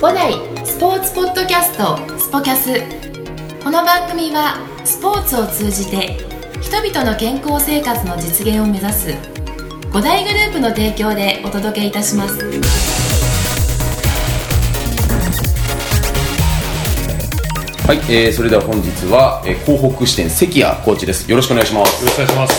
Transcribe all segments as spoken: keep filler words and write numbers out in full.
五代スポーツポッドキャストスポキャス。この番組はスポーツを通じて人々の健康生活の実現を目指す五大グループの提供でお届けいたします。 はい、えー、それでは本日は、えー、広北支店関谷コーチです。よろしくお願いします。 よろしくお願いします。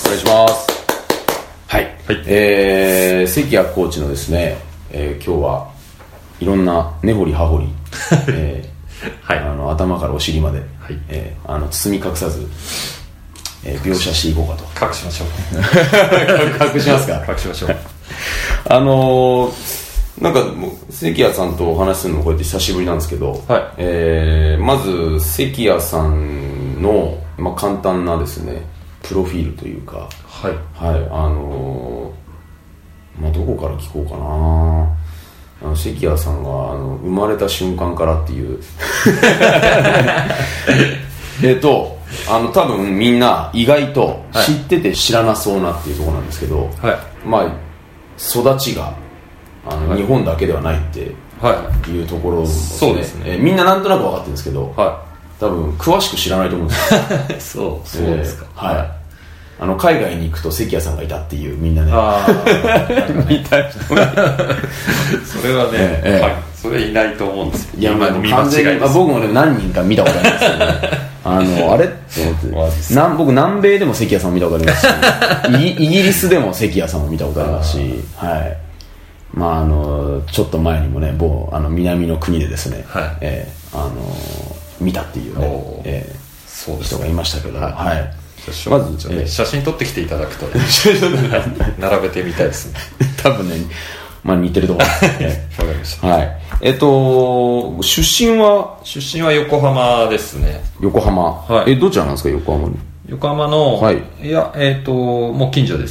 お願いします。はい、 はい、 えー、関谷コーチのですね、えー、今日はいろんな根掘り葉掘り、えーはい、あの頭からお尻まで、はい、えー、あの包み隠さず、えー、描写していこうかと。 隠しましょう。 隠しますか。 隠しましょう。 あのーなんかもう関谷さんとお話しするのもこうやって久しぶりなんですけど、はい、えー、まず関谷さんの、まあ、簡単なですねプロフィールというか、はいはい、あのーまあ、どこから聞こうかな。あの関谷さんがあの生まれた瞬間からっていうえっとあの多分みんな意外と知ってて知らなそうなっていうところなんですけど、はい、まあ育ちがあの、はい、日本だけではないっていうところですね、はい、そうですね、えー、みんななんとなく分かってるんですけど、はい、多分詳しく知らないと思うんですよそうそうですか、えー、はい、あの海外に行くと関谷さんがいたっていうみんなねあ見た人がそれはね、えーはい、それいないと思うんですよ。いや、まあ、 完全に、まあ、僕も、ね、何人か見たことありますけどねあのあれって思って南僕南米でも関谷さんを見たことありますしイギリスでも関谷さんを見たことありますし、はい、まあ、あのちょっと前にもね某あの南の国でですね、はい、えー、あの見たっていうね、えー、そうですね、人がいましたけど、はい、はい、 じゃまず、ね、えー、写真撮ってきていただくと、ね、並べてみたいですね多分ね、まあ、似てると思います、ね、わかりました、はい、えっと出身は出身は横浜ですね。 横浜、はい、えどちらなんですか横浜に。 横浜の、はい、いやえっ、ー、ともう近所です。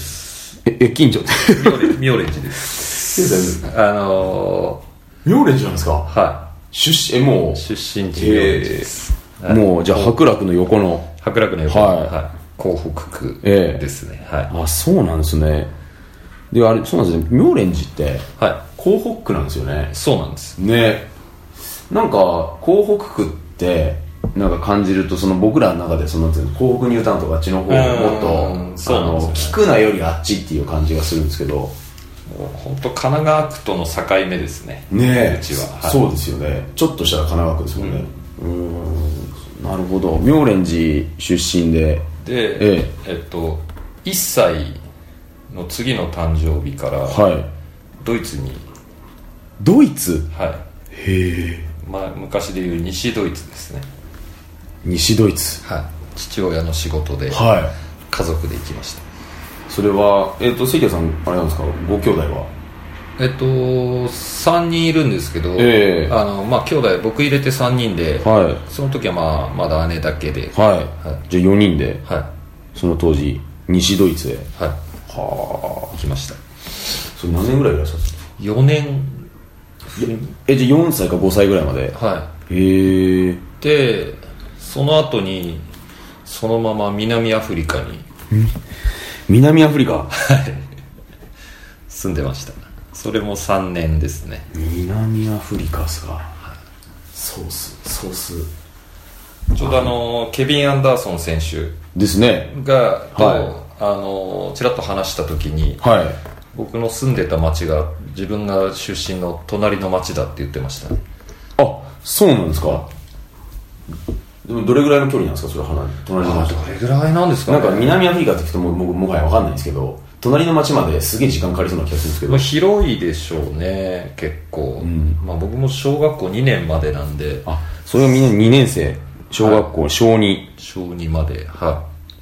ええ近所妙蓮寺ですあのー、妙蓮寺なんですか。 はい、 出身えもう出身地妙蓮寺です、 えーはい、もうじゃあ白楽の横の白楽の横の、はいはい、港北区ですね、えー、はい、 あそうなんですね。であれそうなんですね、妙蓮寺って、はい、港北区なんですよね。 そうなんですね。なんか港北区ってなんか感じるとその僕らの中でその港北ニュータウンとかあっちの方もっとそうなんです、ね、聞くなよりあっちっていう感じがするんですけど、 本当神奈川区との境目ですね。 ねえ、 うちは、はい、 そうですよね。ちょっとしたら神奈川区ですもんね。うん、うーん、なるほど。妙蓮寺出身でで、えええっといっさいの次の誕生日から、はい、ドイツに。 ドイツ、 はい、 へえ、 まあ、昔でいう西ドイツですね。 西ドイツ、 はい、父親の仕事で、はい、家族で行きました。 それは、えーと、関谷さんあれなんですか、ご兄弟は。 えっとさんにんいるんですけど、えー、あのまあ兄弟僕入れてさんにんで、はい、その時は、まあ、まだ姉だけで、 はいはい、じゃあよにんで、はい、その当時西ドイツへ、 はい、はあ行きました。 それ何年ぐらいいらっしゃったんですか。 よねん。 えじゃあよんさいかごさいぐらいまで。 はい。 へえ。 でその後にそのまま南アフリカに南アフリカはい住んでました。それもさんねんですね。 南アフリカですか、はい、ソースソースちょうどあのケビン・アンダーソン選手ですねがと、はい、あのちらっと話した時に、はい、僕の住んでた町が自分が出身の隣の町だって言ってました、ね、 あ、そうなんですか。でもどれぐらいの距離なんですか、それは隣の町。 どれぐらいなんですかね。 なんか南アフリカって聞くと も, も, もはや分かんないんですけど、隣の町まですげえ時間かかりそうな気がするんですけど、 まあ、広いでしょうね結構、うん、まあ、僕も小学校にねんまでなんで。 あ、それがみんなにねん生、小学校、はい、小に小にまで、はい、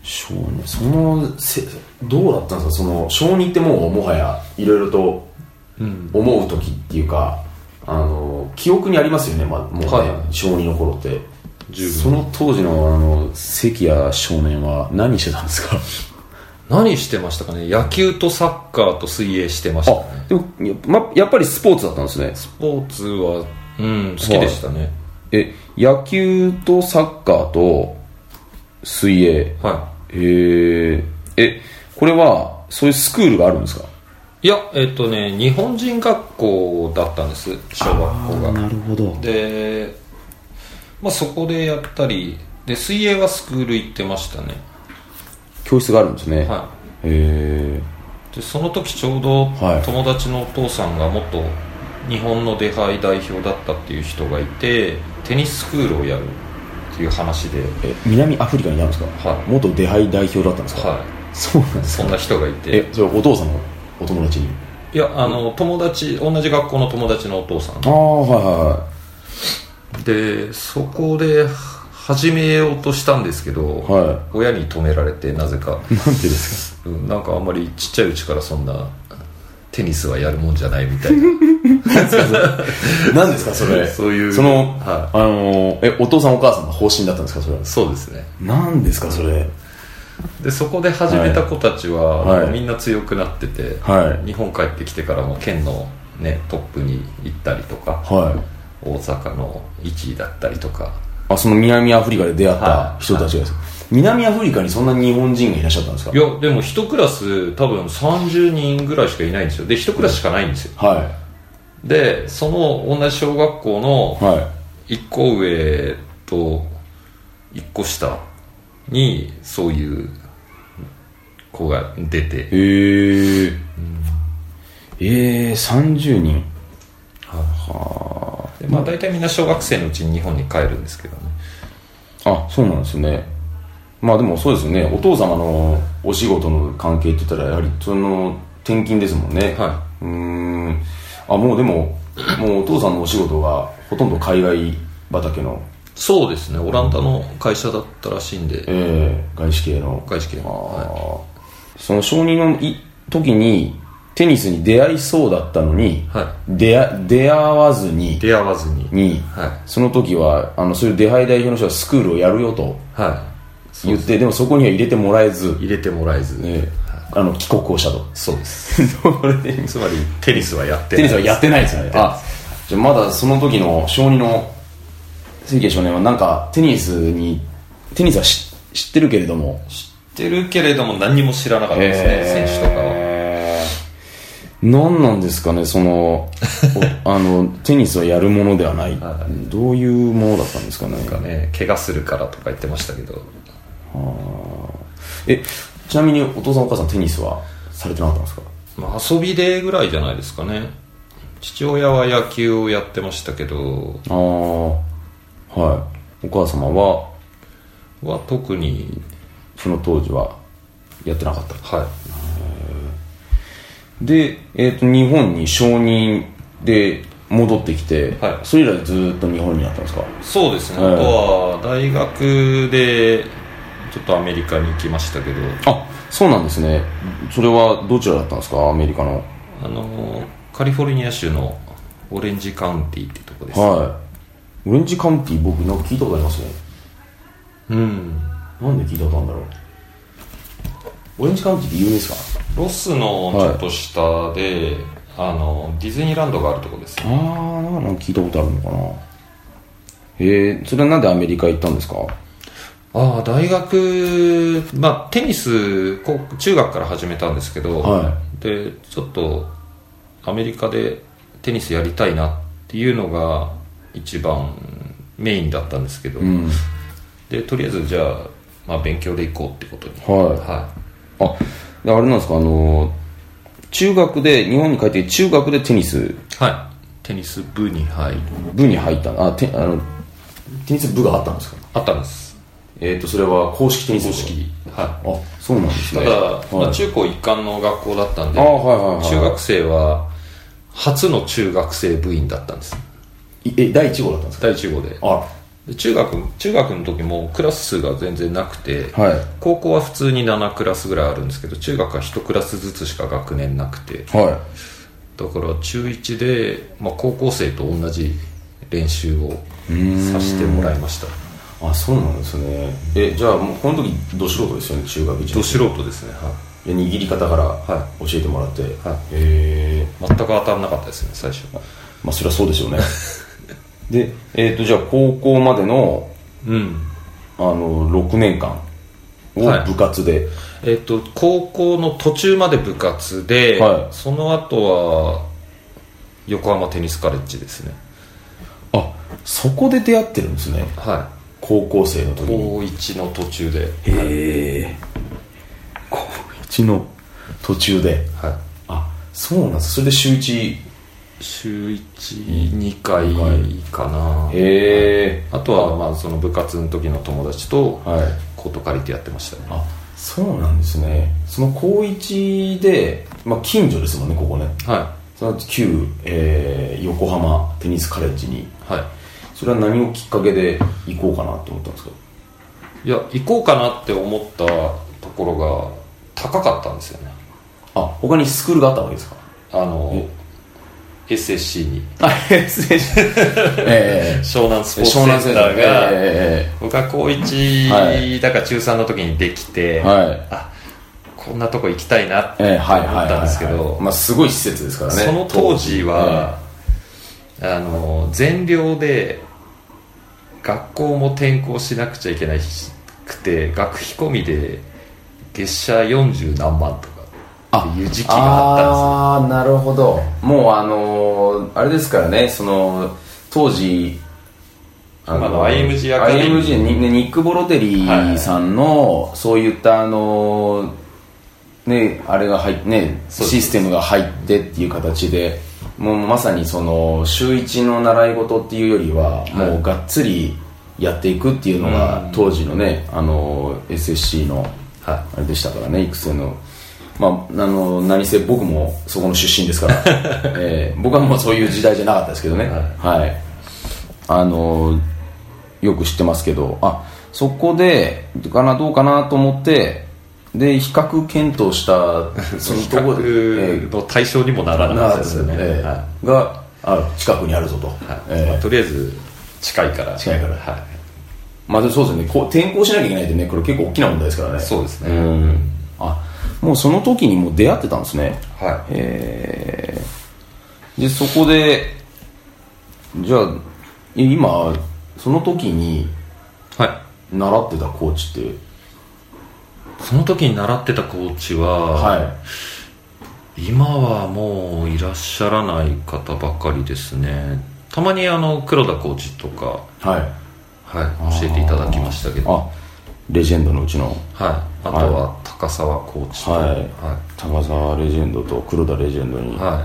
小に。そのせどうだったんですか、その小にってもうもはやいろいろと思う時っていうか、うん、あの記憶にありますよね、まあ、もうね、はい、小にの頃ってその当時 の, あの関谷少年は何してたんですか。 何してましたかね。野球とサッカーと水泳してましたね。 あ、でも や,、ま、やっぱりスポーツだったんですね。 スポーツは、うん、好きでしたね、はい、 え野球とサッカーと水泳、はい、えー、えこれはそういうスクールがあるんですか。 いやえっとね日本人学校だったんです、小学校が。 なるほど。 で、まあ、そこでやったりで、水泳はスクール行ってましたね。 教室があるんですね。 はい。 へでその時ちょうど友達のお父さんが元日本の出杯代表だったっていう人がいて、テニススクールをやるっていう話で。 え南アフリカにあるんですか？はい。元出杯代表だったんですか？ はい。 そうなんですか。 そんな人がいて。 えそれお父さんのお友達に？ いやあの友達、同じ学校の友達のお父さん。 ああはいはいはい。 でそこで始めようとしたんですけど、はい、親に止められて、なぜか。 なんでですか？ うん、なんかあんまりちっちゃいうちからそんなテニスはやるもんじゃないみたいな。 何ですかそれ？ そういうその、はい、あのえお父さんお母さんの方針だったんですかそれは？ そうですね。 何ですかそれ？ でそこで始めた子たちは、はい、みんな強くなってて、はい、日本帰ってきてからも県の、ね、トップに行ったりとか、はい、大阪のいちいだったりとか。 あその南アフリカで出会った人たちがですか？はいはい、南アフリカにそんな日本人がいらっしゃったんですか？ いやでもいちクラス多分さんじゅうにんぐらいしかいないんですよ。でいちクラスしかないんですよ、はい、でその同じ小学校のいっこ上といっこ下にそういう子が出て。 へえ、うん、えー、さんじゅうにん。 ははで、まあ、大体みんな小学生のうちに日本に帰るんですけどね。 あ、そうなんですね。まあでもそうですよね、お父様のお仕事の関係って言ったらやはりその転勤ですもんね。はい。うーん。あ、もうでももうお父さんのお仕事がほとんど海外畑の。 そうですね、オランダの会社だったらしいんで。 ええー、外資系の。 外資系の。 あ、はい、その承認のい時にテニスに出会いそうだったのに、はい、出会、出会わずに出会わずにに、はい、その時はあのそういう出会い代表の人はスクールをやるよと、はい、言って、でもそこには入れてもらえず入れてもらえず、ね、 はい、あの帰国をしたと。 そうですつまりテニスはやってないテニスはやってないですよね。あ、じゃあまだその時の小児の関家少年はなんかテニスにテニスは知ってるけれども知ってるけれども何にも知らなかったですね、えー、選手とかは。 何なんですかね、そのあのテニスはやるものではない、はい、どういうものだったんですかね。 なんかね、怪我するからとか言ってましたけど。 はえちなみにお父さんお母さんテニスはされてなかったんですか？ まあ、遊びでぐらいじゃないですかね。父親は野球をやってましたけど。 ああ、はい。お母様はは特にその当時はやってなかった。 はい。 で、えー、と日本に承認で戻ってきて、はい、それ以来ずっと日本にあったんですか？ そうですね、はい、あとは大学でちょっとアメリカに行きましたけど。 あ、そうなんですね。それはどちらだったんですか？アメリカの。 あのカリフォルニア州のオレンジカウンティってとこです。 はい。オレンジカウンティ僕なんか聞いたことありますね。 うん。 なんで聞いたことあるんだろう。オレンジカウンティって有名ですか？ ロスのちょっと下で、はい、あのディズニーランドがあるとこです。 ああ、なんか聞いたことあるのかな。へえ、それはなんでアメリカ行ったんですか？ ああ、大学、まあテニスこう中学から始めたんですけど、はい、でちょっとアメリカでテニスやりたいなっていうのが一番メインだったんですけど、うん、でとりあえずじゃあ、まあ、勉強で行こうってことに。 はい、はい、あ、あれなんですか、あの中学で日本に帰って中学でテニス、 はい、テニス部に入る部に入ったあテあのテニス部があったんですか？ あったんです。 えーとそれは公式テニス部。 公式、はい、 あ、そうなんですね。 ただ、 はい、 まあ、中高一貫の学校だったんで、 あ、はいはいはい、 中学生は初の中学生部員だったんです。 え、だいいち号だったんですか？ だいいち号で。あで中学中学の時もクラス数が全然なくて、はい、高校は普通にななクラスぐらいあるんですけど、中学はいちクラスずつしか学年なくて、はい、だから中いちで、まあ、高校生と同じ練習をさせてもらいました。 あ、そうなんですね。え、じゃあもうこの時ど素人ですよね、中学いちねん。 ど素人ですね。はい。 握り方から教えてもらって、はい、 へえ。全く当たらなかったですね、最初。 まあそれはそうでしょうね。で、えーとじゃあ高校までの、うん、あのろくねんかんを部活で、はい、 えー、と高校の途中まで部活で、はい、その後は横浜テニスカレッジですね。 あ、そこで出会ってるんですね。 はい、 高校生の時に。 高いちの途中で。 へえ、高いちの途中で、はい、あ、そうなんです。それで週いち週いち、にかいかな。 へえ。 あとはまあその部活の時の友達とコート借りてやってましたね。 あ、そうなんですね。その高いちで、まあ、近所ですもんね、ここね。 はい。 その旧、えー、横浜テニスカレッジに。 はい。 それは何をきっかけで行こうかなと思ったんですか？ いや、行こうかなって思ったところが高かったんですよね。 あ、他にスクールがあったわけですか？ あのエスエスシー にあ エスエスシー、えー、 湘南スポーツセンターが、えー、僕は高いち、はい、だから中さんの時にできて、はい、あ、こんなとこ行きたいなって思ったんですけど、 すごい施設ですからね。 その当時は、えー、あの全寮で学校も転校しなくちゃいけなくて、学費込みで月謝よんじゅうなんまんとかっていう時期があったんですよ。 ああ、なるほど。もうあのー、あれですからね、その当時あの アイエムジー アカデミーアイエムジー ニ, ニック・ボロテリーさんの、はいはい、そういったあのー、ね、あれが入ってね、システムが入ってっていう形で、もうまさにその週いちの習い事っていうよりは、はい、もうがっつりやっていくっていうのが当時のね、あの エスエスシー のあれでしたからね、育成の。まあ、あの何せ僕もそこの出身ですから、えー、僕はもうそういう時代じゃなかったですけどね、はい、はい、あのよく知ってますけど、あ、そこでかな、どうかなと思って、で比較検討したそのところで、えー、の対象にもならなかったですよね、 えーはい、があ近くにあるぞと、はい、 えーまあ、とりあえず近いから近いから、はい、まあ、そうですね、こう転校しなきゃいけないってね、これ結構大きな問題ですからね。 そうですね、 うん、あ、もうその時にもう出会ってたんですね。 はい。 えー、でそこでじゃあ今その時に習ってたコーチって、はい、 その時に習ってたコーチは、はい、今はもういらっしゃらない方ばかりですね。たまにあの黒田コーチとか、はいはい、教えていただきましたけど、 あ、レジェンドのうちの、 はい、あとは高沢コーチと、はいはい、 高沢レジェンドと黒田レジェンドに、 はい、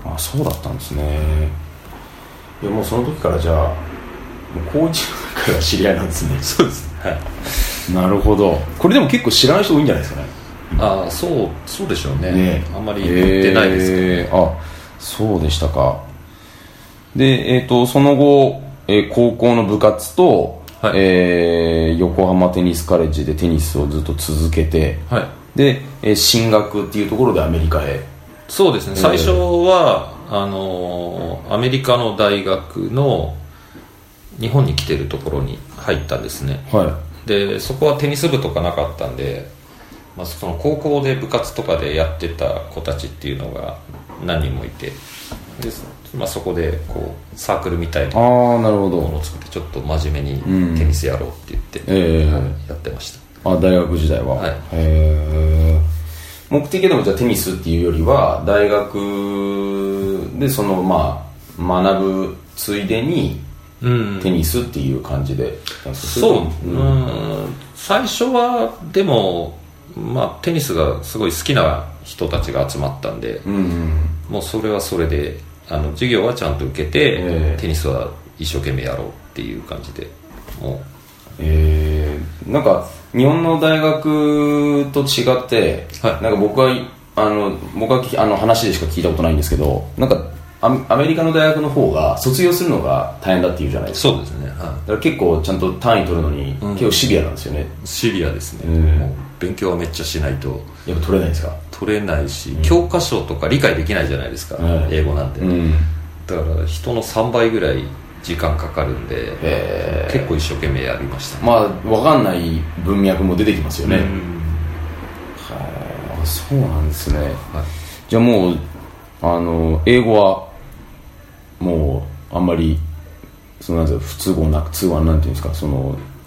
あ、そうだったんですね。いや、もうその時からじゃあもう高一の時から知り合いなんですね。 そうですね、 はい、なるほど。これでも結構知らない人多いんじゃないですかね。 ああ、そうそうでしょう ね, ねあんまり言ってないですけど、ね、 えー、あ、そうでしたか。で、えーと、その後、えー、高校の部活と、はい、えー、横浜テニスカレッジでテニスをずっと続けて、はい、で、えー、進学っていうところでアメリカへ。 そうですね、えー、最初はあのー、アメリカの大学の日本に来てるところに入ったんですね、はい、でそこはテニス部とかなかったんで、まあ、その高校で部活とかでやってた子たちっていうのが何人もいて、で、まあ、そこでこうサークルみたいなものを作ってちょっと真面目にテニスやろうって言って、うん、えーはい、やってました。 あ、大学時代は、はい、へー。目的でもじゃあテニスっていうよりは大学でそのまあ学ぶついでにテニスっていう感じで、 うん、そう、うん、うん最初はでも、まあ、テニスがすごい好きな人たちが集まったんで、うんうん、もうそれはそれであの授業はちゃんと受けて、えー、テニスは一生懸命やろうっていう感じでもう、 えー、なんか日本の大学と違って、はい、なんか僕はあの僕はあの話でしか聞いたことないんですけど、なんかアメリカの大学の方が卒業するのが大変だっていうじゃないですか。 そうですね、はい、だから結構ちゃんと単位取るのに、うん、結構シビアなんですよね。 シビアですね、うん、もう勉強はめっちゃしないとやっぱ取れないですか。 取れないし、うん、教科書とか理解できないじゃないですか、うん、英語なんで、うん、だから人のさんばいぐらい時間かかるんで結構一生懸命やりました、ね、 まあ分かんない文脈も出てきますよね、うん、はあ、そうなんですね、はい、じゃあもうあの英語はもうあんまりそのなんていう不都合なく通話なんていうんですか、その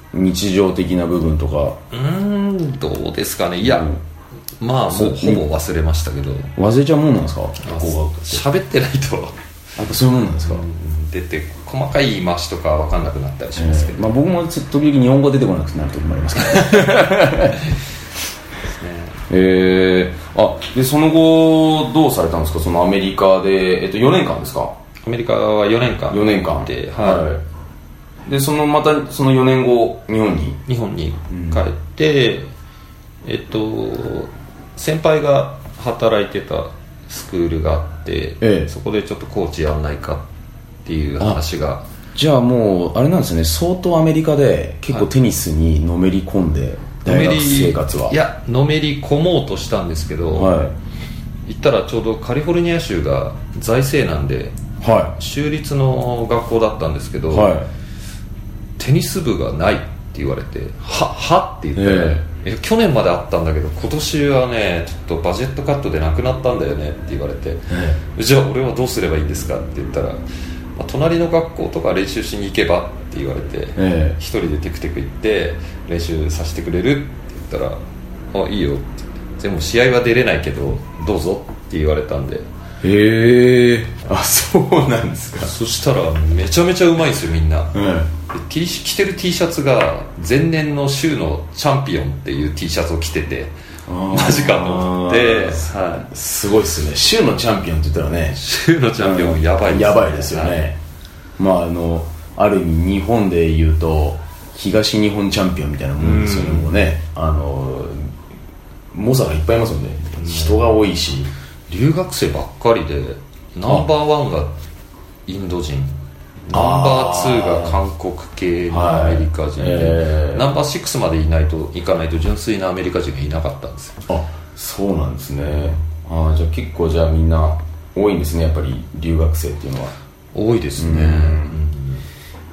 日常的な部分とか。 うーんどうですかね。いや、うん、まあもうほぼ忘れましたけど。 忘れちゃうもんなんですか。 喋ってないとやっぱそういうもんなんですか。 出て細かい言い回しとか分かんなくなったりしますけど、 えーまあ、僕も時々日本語出てこなくなる時もありますけどえー、あでその後どうされたんですか。そのアメリカで、えっと、よねんかんですか。 アメリカはよねんかんよねんかんで、 はい、でそのまたそのよねんご日本に日本に帰って、うん、えっと先輩が働いてたスクールがあって、ええ、そこでちょっとコーチやんないかっていう話が。 じゃあもうあれなんですね、相当アメリカで結構テニスにのめり込んで、はい、大学生活は。 いやのめり込もうとしたんですけど、はい、行ったらちょうどカリフォルニア州が財政難で、はい、州立の学校だったんですけど、はい、テニス部がないって言われて、ははって言って、ええ、去年まであったんだけど今年はねちょっとバジェットカットでなくなったんだよねって言われて、え、じゃあ俺はどうすればいいんですかって言ったら、まあ、隣の学校とか練習しに行けばって言われて、ええ、一人でテクテク行って練習させてくれるって言ったら、あいいよって、でも試合は出れないけどどうぞって言われたんで、 へえ、あそうなんですか。 そしたらめちゃめちゃうまいんですよみんな、うん、T、着てる T シャツが前年の州のチャンピオンっていう T シャツを着てて、マジかと思って、 はい、すごいっすね。州のチャンピオンって言ったらね、 州のチャンピオンやばいです、ね、 やばいですよね、はい、まああのある意味日本で言うと東日本チャンピオンみたいなもんですよね。もうね、あの猛者がいっぱいいますよね。人が多いし留学生ばっかりで、ナンバーワンがインド人、ナンバーツーが韓国系のアメリカ人で、はい、えー、ナンバーシックスまでいないといかないと純粋なアメリカ人がいなかったんですよ。 あ、そうなんですね。あ、じゃあ結構じゃあみんな多いんですね、やっぱり留学生っていうのは。 多いですね、うん、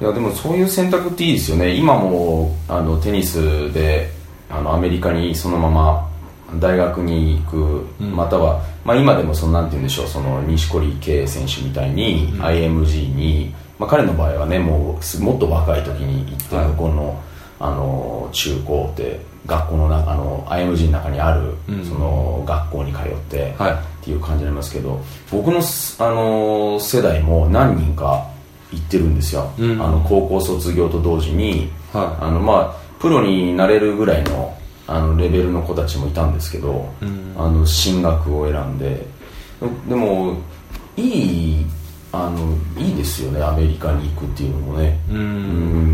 いやでもそういう選択っていいですよね。今もあのテニスであのアメリカにそのまま大学に行く、うん、または、まあ、今でもそのなんて言うんでしょう、その錦織圭選手みたいに アイエムジー に、まあ、彼の場合はねもうもっと若い時に行って、はい、向こうの、あの中高って学校の中の アイエムジー の中にある、うん、その学校に通って、はい、っていう感じになりますけど、僕の、あの世代も何人か行ってるんですよ、うん、あの高校卒業と同時に、はい、あのまあ、プロになれるぐらいのあのレベルの子たちもいたんですけど、うん、あの進学を選んで、でもいいあのいいですよね、アメリカに行くっていうのもね、うん、うん、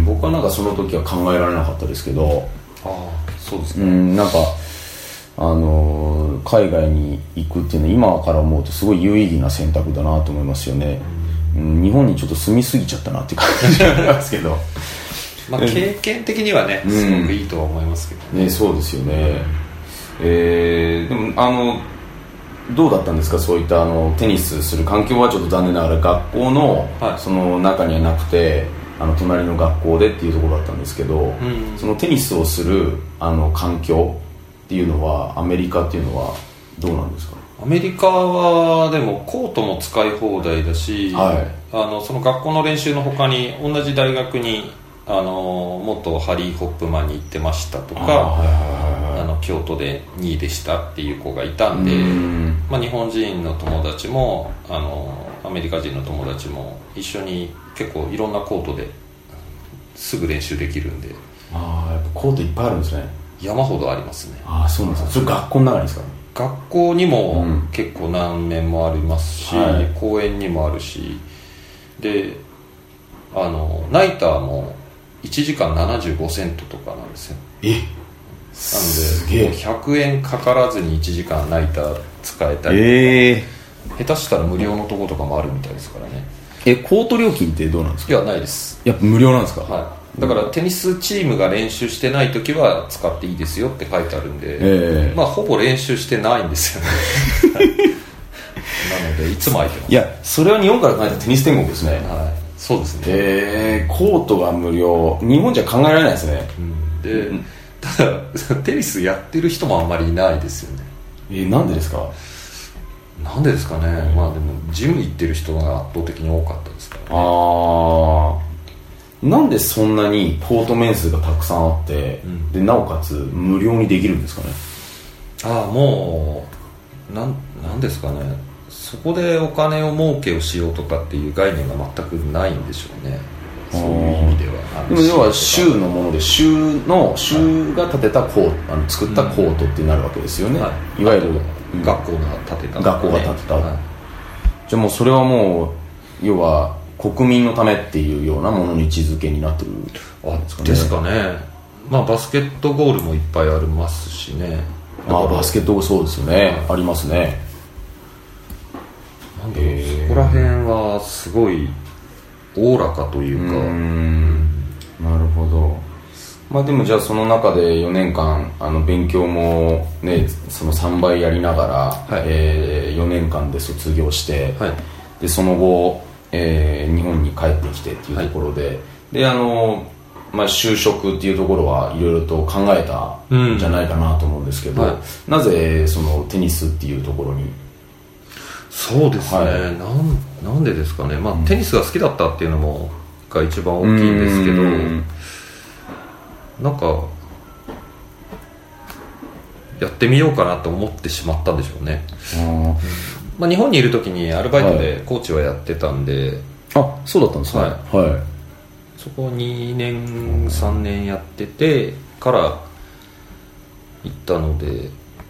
僕はなんかその時は考えられなかったですけど、 ああそうですか、 うん、なんかあの海外に行くっていうのは今から思うとすごい有意義な選択だなと思いますよね、うん、日本にちょっと住みすぎちゃったなって感じなんですけどまあ、経験的にはね、すごくいいとは思いますけどね、ね、そうですよね、えー、でもあのどうだったんですか、そういったあのテニスする環境はちょっと残念ながら学校 の,、はい、その中にはなくて、あの隣の学校でっていうところだったんですけど、うん、そのテニスをするあの環境っていうのはアメリカっていうのはどうなんですか。 アメリカはでもコートも使い放題だし、はい、あのその学校の練習の他に同じ大学にあの元ハリー・ホップマンに行ってましたとか、あ、はいはいはい、あの京都でにいでしたっていう子がいたんで、ん、まあ、日本人の友達もあのアメリカ人の友達も一緒に結構いろんなコートですぐ練習できるんで。 ああ、やっぱコートいっぱいあるんですね。 山ほどありますね。 ああ、そうなんですか。それ学校の中にですか。 学校にも結構何面もありますし、うん、はい、公園にもあるし、であのナイターもいちじかんななじゅうごセントとかなんですよ。 え、 なんでもうひゃくえんかからずにいちじかんナイター使えたり、えー、下手したら無料のとことかもあるみたいですからね。 え、コート料金ってどうなんですか。 いや、ないです。 やっぱ無料なんですか。 はい、だからテニスチームが練習してない時は使っていいですよって書いてあるんで、えー、まあほぼ練習してないんですよねなのでいつも空いてます。 いや、それは日本から考えたテニス天国ですね。はい、 そうですね。 えー、コートが無料、日本じゃ考えられないですね、 うん、で、うん、ただテニスやってる人もあんまりいないですよね。 えー、なんでですか。 なんでですかね、うん、まあでもジム行ってる人が圧倒的に多かったですからね。 ああ、 なんでそんなにコート面数がたくさんあって、うん、でなおかつ無料にできるんですかね。 ああ、もうなんなんですかね、そこでお金を儲けをしようとかっていう概念が全くないんでしょうね。そういう意味では。 でも要は州のもので、州の州が建てたコート、あの作ったコートってなるわけですよね、はい、いわゆる学校が建てた、 学校が建てた、はい、じゃあもうそれはもう要は国民のためっていうようなものの位置づけになってるんですかね。 ですかね。まあバスケットゴールもいっぱいありますしね。 ああ、バスケットそうですよね、ありますね。 なんだろう、そこら辺はすごいおおらかというか。うーん、 なるほど。まあでもじゃあその中でよねんかんあの勉強もねそのさんばいやりながら、はい、えー、よねんかんで卒業して、はい、でその後、えー、日本に帰ってきてっていうところで、はい、であのまあ、就職っていうところはいろいろと考えたんじゃないかなと思うんですけど、うん、はい、なぜそのテニスっていうところに。 そうですね、はい、なんなんでですかね、まあ、テニスが好きだったっていうのもが一番大きいんですけど、んなんかやってみようかなと思ってしまったんでしょうね。あ、まあ、日本にいる時にアルバイトでコーチはやってたんで、 はい、あ、そうだったんですか。はい、はい、 そこにねんさんねんやっててから行ったので。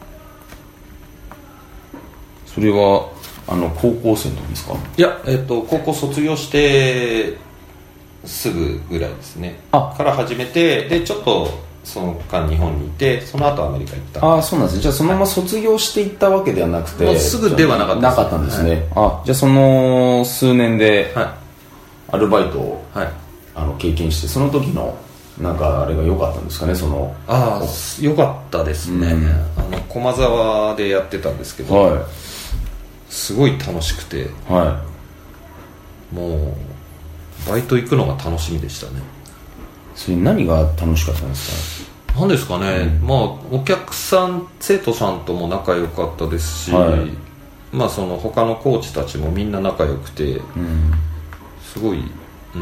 それはあの高校生の時ですか。 いや、えー、と高校卒業してすぐぐらいですね。あから始めて、でちょっとその間日本にいて、その後アメリカ行った。 ああ、そうなんですね。じゃあそのまま卒業していったわけではなくて、 もうすぐではなかったです。 なかったんですね、はい、あ、じゃあその数年でアルバイトを、はい、あの経験して、その時のなんかあれが良かったんですかね。そのああ、良かったですね、うん、あの駒沢でやってたんですけど、はい、すごい楽しくて、はい、もうバイト行くのが楽しみでしたね。 それ何が楽しかったんですか。なんですかね、うん、まあお客さん生徒さんとも仲良かったですし、はい、まあその他のコーチたちもみんな仲良くて、うん、すごい、うん、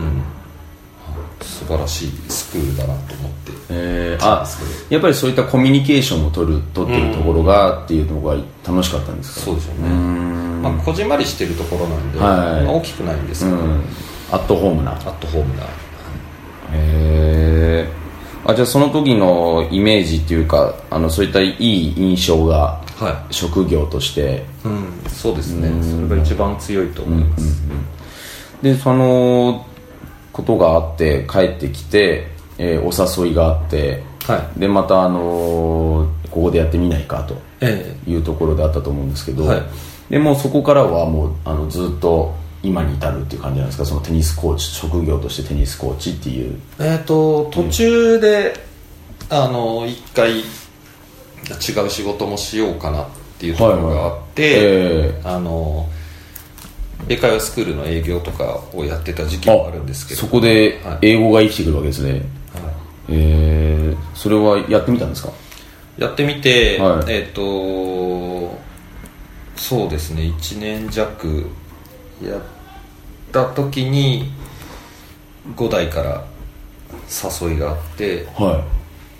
素晴らしいスクールだなと思って、 えー、あ、やっぱりそういったコミュニケーションを取る取ってるところが、うん、っていうのが楽しかったんですか。 そうですよね。うん、まあ、こじんまりしてるところなんで、はい、まあ、大きくないんですけど、うん、 アットホームなアットホームな。 へー、あ、じゃあその時のイメージっていうか、あのそういったいい印象が、はい、職業として、 うん、そうですね、それが一番強いと思います、うんうんうん、でそのことがあって帰ってきて、えー、お誘いがあって、はい、でまた、あのー、ここでやってみないかというところであったと思うんですけど、はい、でもうそこからはもうあのずっと今に至るっていう感じなんですか。そのテニスコーチ、職業としてテニスコーチっていう。 えーと途中で、うん、あの一回違う仕事もしようかなっていうところがあって、はいはい、えー、あの英会話スクールの営業とかをやってた時期もあるんですけど、 そこで英語が生きてくるわけですね、はい、えー、それはやってみたんですか。 やってみて、はい、えっ、ー、とそうですね、いちねん弱やった時にごだいから誘いがあって、はい、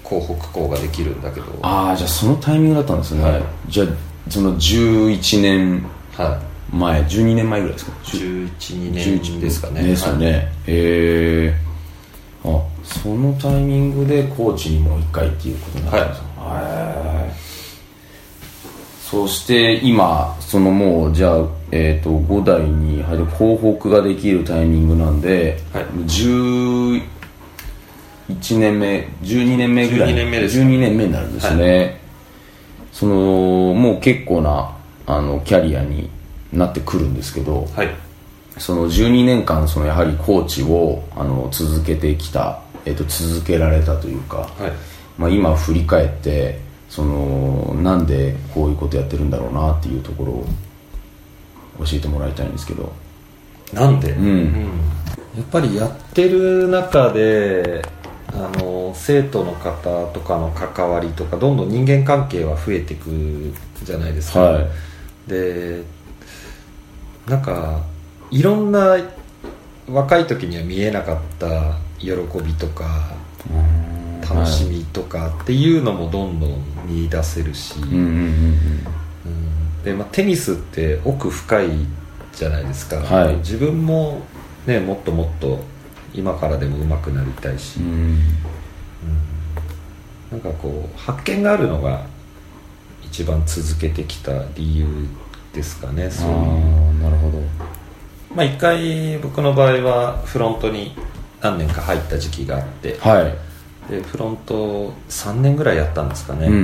広北校ができるんだけど。 ああ、じゃあそのタイミングだったんですね、はい、じゃあそのじゅういちねんまえ、はい、じゅうにねんまえぐらいですか。 じゅういち、にねんですかね。 ですよね、はい、えー、あ、そのタイミングでコーチにもう一回っていうことになったんですか。はい、そして今そのもうじゃあ、えー、とごだいに入る広北ができるタイミングなんで、はい、じゅういちねんめじゅうにねんめぐらい、 じゅうにねんめです、 じゅうにねんめになるんですね、はい、そのもう結構なあのキャリアになってくるんですけど、はい、そのじゅうにねんかんそのやはりコーチをあの続けてきた、えー、と続けられたというか、はい、まあ、今振り返ってそのなんでこういうことやってるんだろうなっていうところを教えてもらいたいんですけど。 なんで、うんうん、やっぱりやってる中であの生徒の方とかの関わりとかどんどん人間関係は増えていくじゃないですか、はい、でなんかいろんな若い時には見えなかった喜びとか楽しみとかっていうのもどんどん見出せるし、うんうんうんうん、でまあ、テニスって奥深いじゃないですか、はい、自分も、ね、もっともっと今からでも上手くなりたいし、うんうん、なんかこう発見があるのが一番続けてきた理由ですかね。そういう。 なるほど。 まあ、一回僕の場合はフロントに何年か入った時期があって、はい、でフロントさんねんぐらいやったんですかね、うんうん、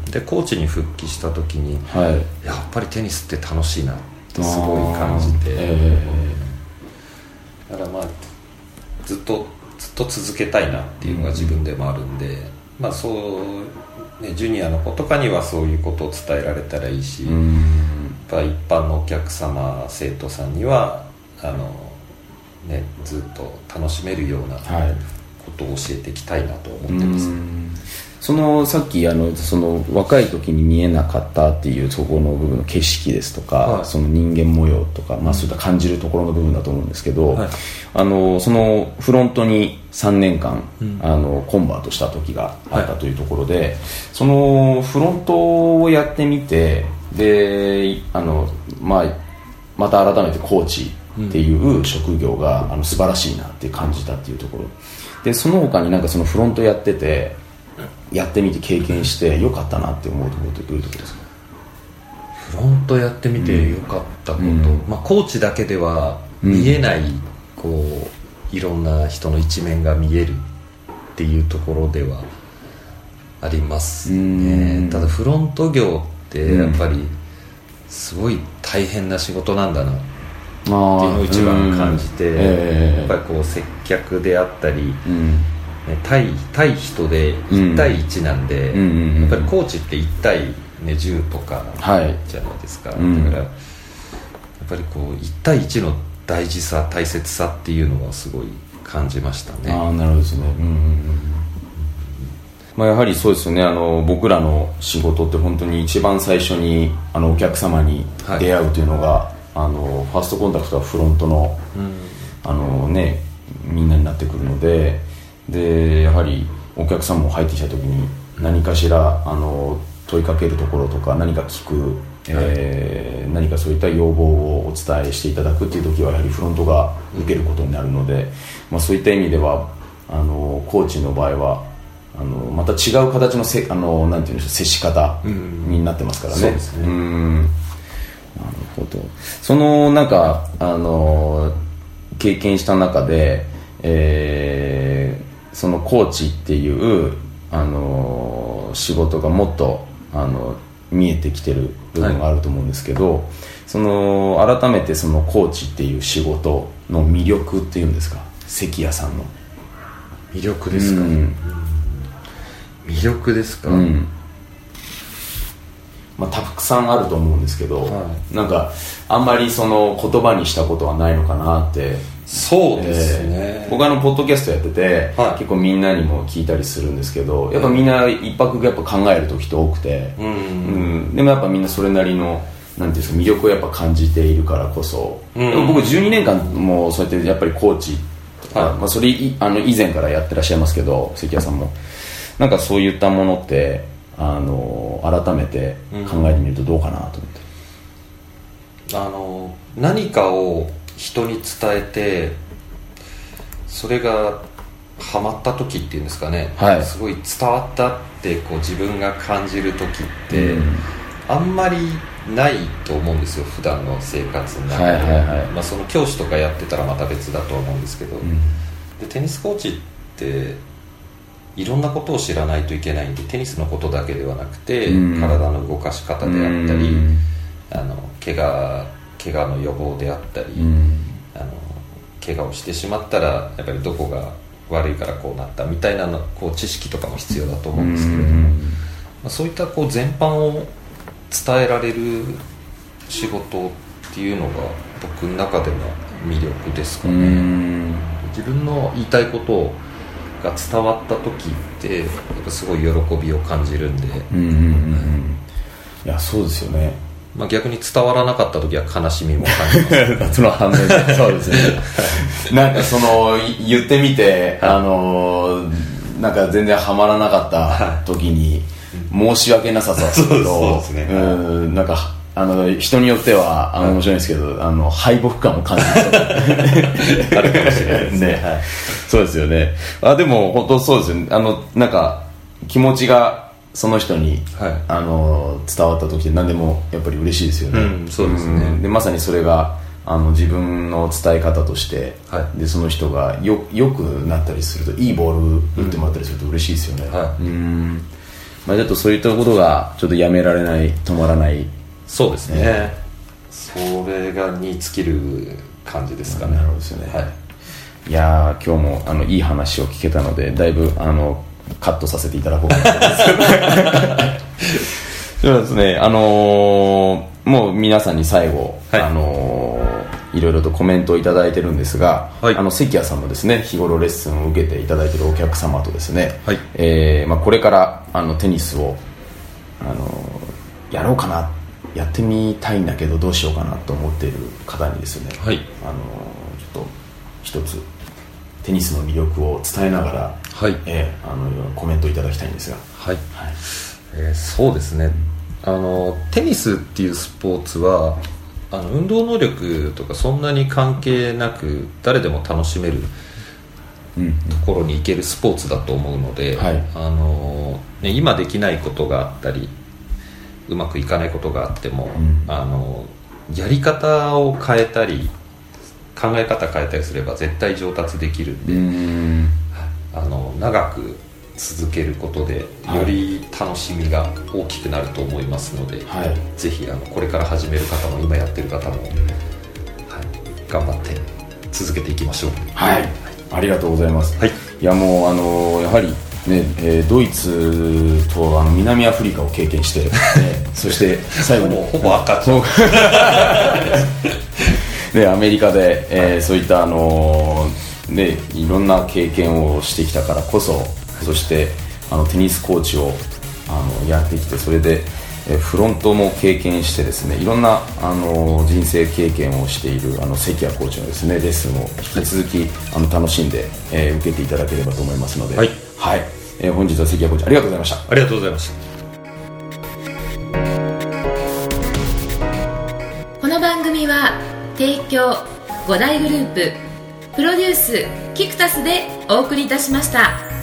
でコーチに復帰した時に、はい、やっぱりテニスって楽しいなってすごい感じて、えー、だからまあずっとずっと続けたいなっていうのが自分でもあるんで、うん、まあそうね、ジュニアの子とかにはそういうことを伝えられたらいいし、うん、やっぱ一般のお客様生徒さんにはあの、ね、ずっと楽しめるようなことを教えていきたいなと思ってます、はい、 そのさっきあのその若い時に見えなかったっていうそこの部分の景色ですとか、はい、その人間模様とか、まあ、そういった感じるところの部分だと思うんですけど、はい、あのそのフロントにさんねんかん、うん、あのコンバートした時があったというところで、はい、そのフロントをやってみてであの、まあ、また改めてコーチっていう職業が、うん、あの素晴らしいなって感じたっていうところで、その他になんかそのフロントやっててやってみて経験してよかったなって思うところってどういうところですか？ フロントやってみてよかったこと、うん、まあ、コーチだけでは見えない、うん、こういろんな人の一面が見えるっていうところではありますね、うん、ただフロント業ってやっぱりすごい大変な仕事なんだなっていうのを一番感じて、えー、やっぱりこう接客であったり、うん、ね、対, 対人でいち対いちなんで、うん、やっぱりコーチっていち対、ね、じゅうとかじゃないですか、はい、だからやっぱりこういち対いちの大事さ大切さっていうのはすごい感じましたね。 ああ、なるほどですね、うんうんうん、まあ、やはりそうですよね、あの僕らの仕事って本当に一番最初にあのお客様に出会うというのが、はい、あのファーストコンタクトはフロントの、うん、あのね、みんなになってくるので、でやはりお客さんも入ってきた時に何かしらあの問いかけるところとか何か聞く、はい、えー、何かそういった要望をお伝えしていただくっていう時はやはりフロントが受けることになるので、まあ、そういった意味ではあのコーチの場合はあのまた違う形のせあのなんていうんでしょう、接し方になってますからね。そうですね。うん、なるほど。そのなんかあの経験した中で、えー、そのコーチっていうあの仕事がもっとあの見えてきてる部分があると思うんですけど、はい、その改めてそのコーチっていう仕事の魅力っていうんですか、関谷さんの魅力ですか、うん、魅力ですか、うん、 まあ、たくさんあると思うんですけど、はい、なんかあんまりその言葉にしたことはないのかなって。 そうですね、 えー、僕はあのポッドキャストやってて、はい、結構みんなにも聞いたりするんですけど、やっぱみんな一泊やっぱ考える時って多くて、うんうん、でもやっぱみんなそれなりのなんていうんですか、魅力をやっぱ感じているからこそ、うん、でも僕じゅうにねんかんもそうやってやっぱりコーチとか、はい、まあ、それあの以前からやってらっしゃいますけど、関谷さんもなんかそういったものってあの改めて考えてみるとどうかなと思って、 うん、あの何かを人に伝えてそれがハマった時っていうんですかね、はい、すごい伝わったってこう自分が感じる時って、うん、あんまりないと思うんですよ、普段の生活の中で、はいはいはい、まあ、その教師とかやってたらまた別だと思うんですけど、うん、でテニスコーチっていろんなことを知らないといけないんで、テニスのことだけではなくて、うん、体の動かし方であったり、うん、あの怪我怪我の予防であったり、うん、あの怪我をしてしまったらやっぱりどこが悪いからこうなったみたいなのこう知識とかも必要だと思うんですけれども、まあ、そういったこう全般を伝えられる仕事っていうのが僕の中での魅力ですかね。自分の言いたいことが伝わった時ってやっぱすごい喜びを感じるんで、うんうんうん、 いやそうですよね。 まあ、逆に伝わらなかった時は悲しみも感じますその反面でそうですねなんかその言ってみて、はい、あのなんか全然ハマらなかった時に、はい、申し訳なささすけどそうですね、うん、なんかあの人によってはあの面白いんですけど、はい、あの敗北感を感じるあるかもしれないですね、はい、そうですよね。あでも本当そうですよね。あのなんか気持ちがその人に、はい、あの伝わった時って何でもやっぱり嬉しいですよね、 うん、そうですね、うん、 でまさにそれがあの自分の伝え方として、はい、でその人がよよくなったりするといいボール打ってもらったりすると嬉しいですよね、うんはいうんまあ、ちょっとそういったことがちょっとやめられない止まらないそうですね、ねそれがに尽きる感じですかね。 なるほどですよね、はい、いや今日もあのいい話を聞けたのでだいぶあのカットさせていただこうかなと思いますそうですね、あのー、もう皆さんに最後、はいあのー、いろいろとコメントをいただいてるんですが、はい、あの関谷さんのですね日頃レッスンを受けていただいているお客様とですね、はいえーまあ、これからあのテニスを、あのー、やろうかなやってみたいんだけどどうしようかなと思っている方にですね、はいあのー、ちょっと一つテニスの魅力を伝えながら、はいえー、あのコメントいただきたいんですが、 はいはいえー、そうですね、あのテニスっていうスポーツはあの運動能力とかそんなに関係なく誰でも楽しめるところに行けるスポーツだと思うので、はいあのね、今できないことがあったりうまくいかないことがあっても、うん、あのやり方を変えたり考え方変えたりすれば絶対上達できるんで、うんあの長く続けることでより楽しみが大きくなると思いますので、はい、ぜひあのこれから始める方も今やってる方も、はい、頑張って続けていきましょう。 はい、はい、ありがとうございます、はい、いやもうあのやはりねえー、ドイツとあの南アフリカを経験して、ね、そして最後にほぼ赤ちゃんでアメリカで、えー、そういったあのーね、いろんな経験をしてきたからこそそしてあのテニスコーチをあのやってきてそれで、えー、フロントも経験してですねいろんな、あのー、人生経験をしているあの関谷コーチのですねレッスンを引き続きあの楽しんで、えー、受けていただければと思いますので、はいはいえー、本日は関谷コーチありがとうございました。 ありがとうございました。 この番組は提供五大グループプロデュースキクタスでお送りいたしました。